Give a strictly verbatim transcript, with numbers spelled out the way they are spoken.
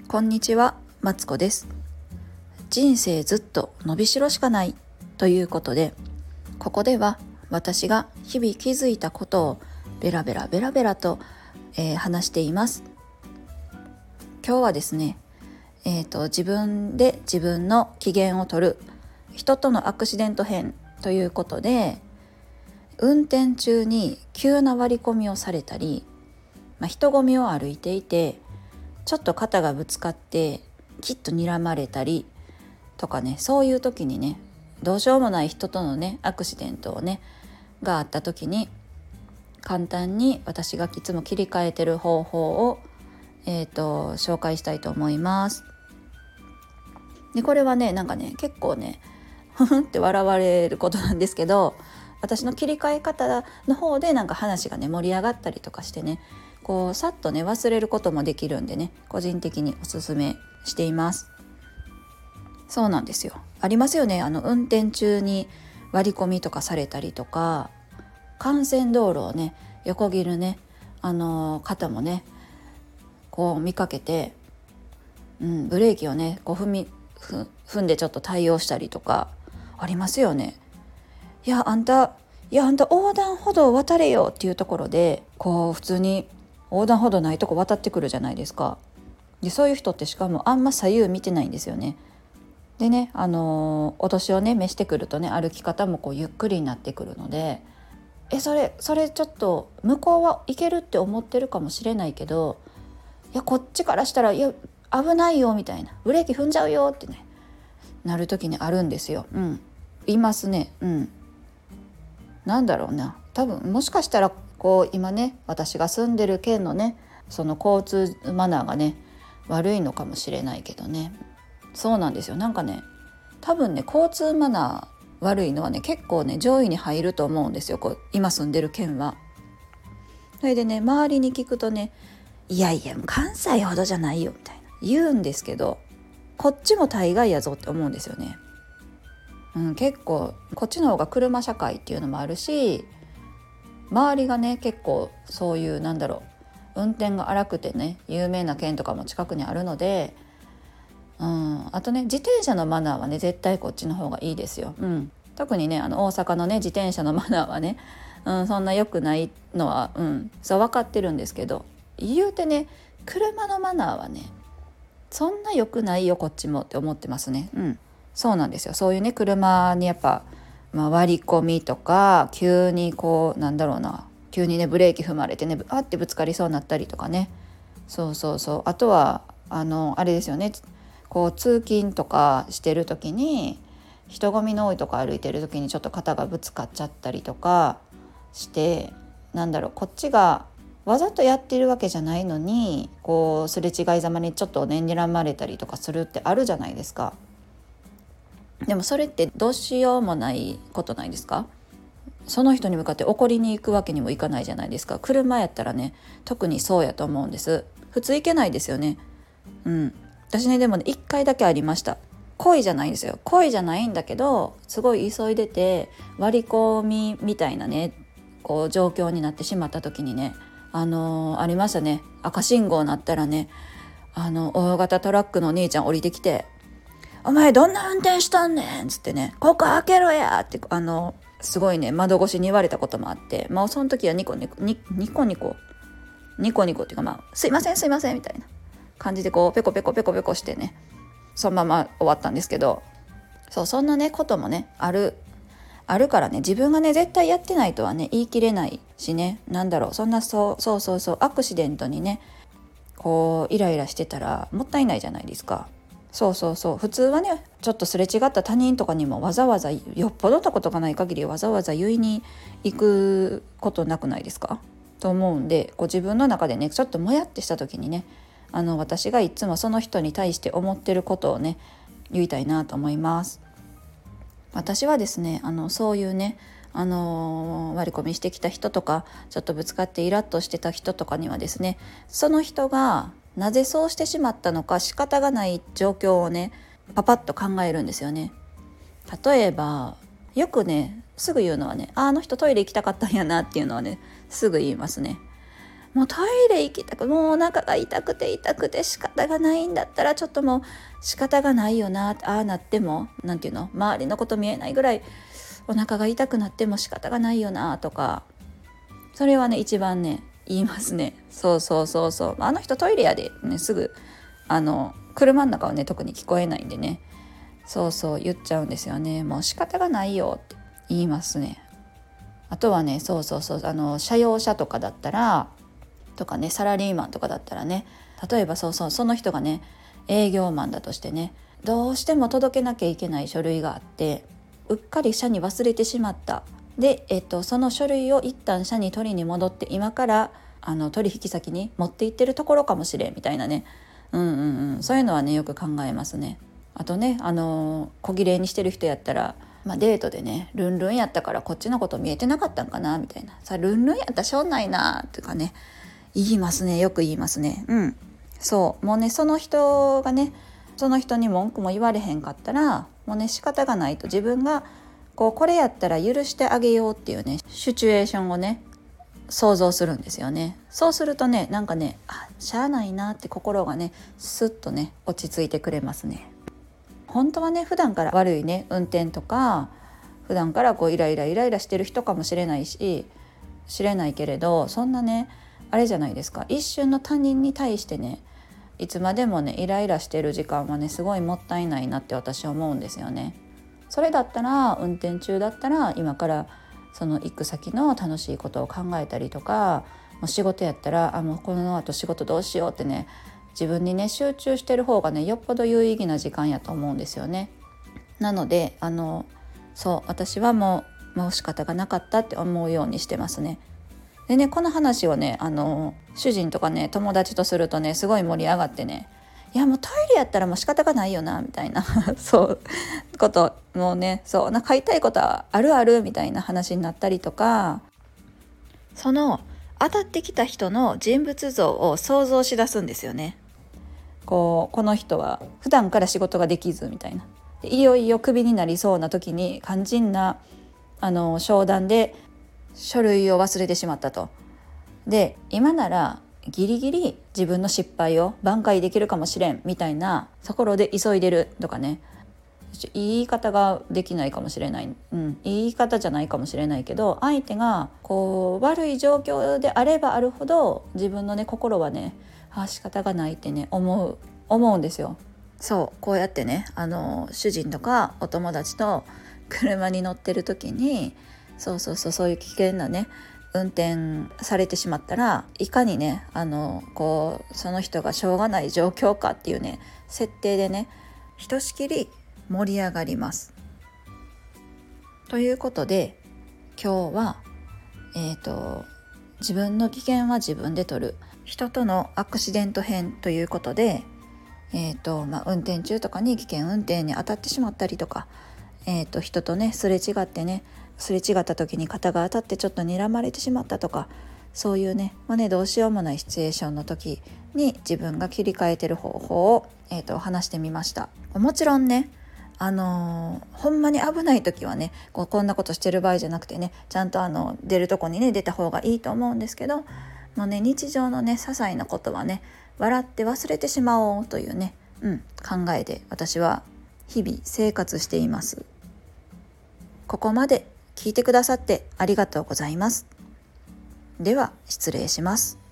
こんにちは、マツコです。人生ずっと伸びしろしかないということで、ここでは私が日々気づいたことをベラベラベラベラと、えー、話しています。今日はですね、えーと、自分で自分の機嫌を取る人とのアクシデント編ということで、運転中に急な割り込みをされたり、まあ、人混みを歩いていてちょっと肩がぶつかってきっと睨まれたりとかね、そういう時にね、どうしようもない人とのねアクシデントをねがあった時に、簡単に私がいつも切り替えてる方法を、えーと、紹介したいと思います。でこれはねなんかね結構ねふふんって笑われることなんですけど、私の切り替え方の方でなんか話がね盛り上がったりとかしてね、こうさっとね忘れることもできるんでね、個人的におすすめしています。そうなんですよ、ありますよね、あの運転中に割り込みとかされたりとか、幹線道路をね横切るねあの方もねこう見かけて、うん、ブレーキをねこう踏みふ踏んでちょっと対応したりとかありますよね。いやあんたいやあんた横断歩道を渡れよっていうところで、こう普通に横断歩道ないとこ渡ってくるじゃないですか。でそういう人ってしかもあんま左右見てないんですよね。でね、あのー、お年をね召してくるとね、歩き方もこうゆっくりになってくるので、えそれそれちょっと向こうは行けるって思ってるかもしれないけど、いやこっちからしたらいや危ないよみたいな、ブレーキ踏んじゃうよってねなる時にあるんですよ。うん、いますね。うん、なんだろうな、多分もしかしたらこう今ね私が住んでる県のねその交通マナーがね悪いのかもしれないけどね、そうなんですよ。なんかね多分ね交通マナー悪いのはね結構ね上位に入ると思うんですよ、こう今住んでる県は。それでね周りに聞くとね、いやいや関西ほどじゃないよみたいな言うんですけど、こっちも大概やぞって思うんですよね。うん、結構こっちの方が車社会っていうのもあるし、周りがね結構そういうなんだろう運転が荒くてね有名な県とかも近くにあるので、うん、あとね自転車のマナーはね絶対こっちの方がいいですよ。うん、特にねあの大阪のね自転車のマナーはね、うん、そんな良くないのは、うん、そう分かってるんですけど、言うてね車のマナーはねそんな良くないよこっちもって思ってますね。うん、そうなんですよ。そういうね車にやっぱ、まあ、割り込みとか急にこうなんだろうな急にねブレーキ踏まれてねあってぶつかりそうになったりとかね、そうそうそう、あとはあのあれですよね、こう通勤とかしてる時に人混みの多いとこ歩いてる時にちょっと肩がぶつかっちゃったりとかして、なんだろうこっちがわざとやってるわけじゃないのにこうすれ違いざまにちょっとね睨まれたりとかするってあるじゃないですか。でもそれってどうしようもないことないですか。その人に向かって怒りに行くわけにもいかないじゃないですか。車やったらね特にそうやと思うんです。普通行けないですよね。うん、私ねでもねいっかいだけありました。故意じゃないんですよ。故意じゃないんだけどすごい急いでて割り込みみたいなねこう状況になってしまった時にね、あのー、ありましたね。赤信号になったらね、あの大型トラックのお兄ちゃん降りてきて、お前どんな運転しとんねんつってね、ここ開けろやってあのすごいね窓越しに言われたこともあって、まあその時はニコニコニニコニコニコニコっていうか、まあすいませんすいませんみたいな感じでこうペコペコペコペコしてねそのまま終わったんですけど、そうそんなねこともねあるあるからね、自分がね絶対やってないとはね言い切れないしね、なんだろうそんなそうそうそうそうアクシデントにねこうイライラしてたらもったいないじゃないですか。そうそうそう、普通はねちょっとすれ違った他人とかにもわざわざよっぽどのことがない限りわざわざ言いに行くことなくないですかと思うんで、こう自分の中でねちょっともやってした時にね、あの私がいつもその人に対して思ってることをね言いたいなと思います。私はですねあのそういうねあのー、割り込みしてきた人とかちょっとぶつかってイラッとしてた人とかにはですね、その人がなぜそうしてしまったのか仕方がない状況をねパパッと考えるんですよね。例えばよくねすぐ言うのはね、あの人トイレ行きたかったんやなっていうのはねすぐ言いますね。 もうトイレ行きたくもうお腹が痛くて痛くて仕方がないんだったらちょっともう仕方がないよな、ああなってもなんていうの、周りのこと見えないぐらいお腹が痛くなっても仕方がないよなとか、それはね一番ね言いますね。そうそうそうそう、あの人トイレやで、ね、すぐあの車の中はね特に聞こえないんでね、そうそう言っちゃうんですよね。もう仕方がないよって言いますね。あとはね、そうそうそう、あの社用車とかだったらとかね、サラリーマンとかだったらね、例えばそうそうその人がね営業マンだとしてね、どうしても届けなきゃいけない書類があってうっかり社に忘れてしまった。で、えっと、その書類を一旦社に取りに戻って今からあの取引先に持って行ってるところかもしれんみたいなね、うんうんうん、そういうのはねよく考えますね。あとね、あの小綺麗にしてる人やったら、まあ、デートでねルンルンやったからこっちのこと見えてなかったんかなみたいな、さルンルンやったらしょうないなとかね言いますね。よく言いますね。うん、そうもうねその人がねその人に文句も言われへんかったらもうね仕方がないと、自分がこうこれやったら許してあげようっていうねシチュエーションをね想像するんですよね。そうするとねなんかねあしゃあないなって心がねスッとね落ち着いてくれますね。本当はね普段から悪いね運転とか普段からこうイライライライラしてる人かもしれないし知れないけれど、そんなねあれじゃないですか、一瞬の他人に対してねいつまでもねイライラしてる時間はねすごいもったいないなって私は思うんですよね。それだったら運転中だったら今からその行く先の楽しいことを考えたりとか、もう仕事やったらあもうこの後仕事どうしようってね自分にね集中してる方がねよっぽど有意義な時間やと思うんですよね。なのであのそう私はもうもう仕方がなかったって思うようにしてますね。でねこの話をねあの主人とかね友達とするとねすごい盛り上がってね、いやもうトイレやったらもう仕方がないよなみたいなそうこともうね、そうな買いたいことはあるあるみたいな話になったりとか、その当たってきた人の人物像を想像しだすんですよね。こうこの人は普段から仕事ができずみたいな、でいよいよクビになりそうな時に肝心なあの商談で書類を忘れてしまったと。で今ならギリギリ自分の失敗を挽回できるかもしれんみたいなところで急いでるとかね、言い方ができないかもしれない、うん、言い方じゃないかもしれないけど、相手がこう悪い状況であればあるほど自分のね心はねあ仕方がないってね思う思うんですよ。そうこうやってねあの主人とかお友達と車に乗ってる時にそうそうそうそういう危険なね運転されてしまったらいかにねあのこうその人がしょうがない状況かっていうね設定でねひとしきり盛り上がります。ということで今日はえーと自分の危険は自分で取る人とのアクシデント編ということで、えーとまあ、運転中とかに危険運転に当たってしまったりとか、えーと人とねすれ違ってねすれ違った時に肩が当たってちょっと睨まれてしまったとか、そういうね、まあ、ねどうしようもないシチュエーションの時に自分が切り替えてる方法を、えーと話してみました。もちろんねあのー、ほんまに危ない時はねこうこんなことしてる場合じゃなくてねちゃんとあの出るとこにね出た方がいいと思うんですけど、もうね日常のね些細なことはね笑って忘れてしまおうというね、うん、考えで私は日々生活しています。ここまで聞いてくださってありがとうございます。では失礼します。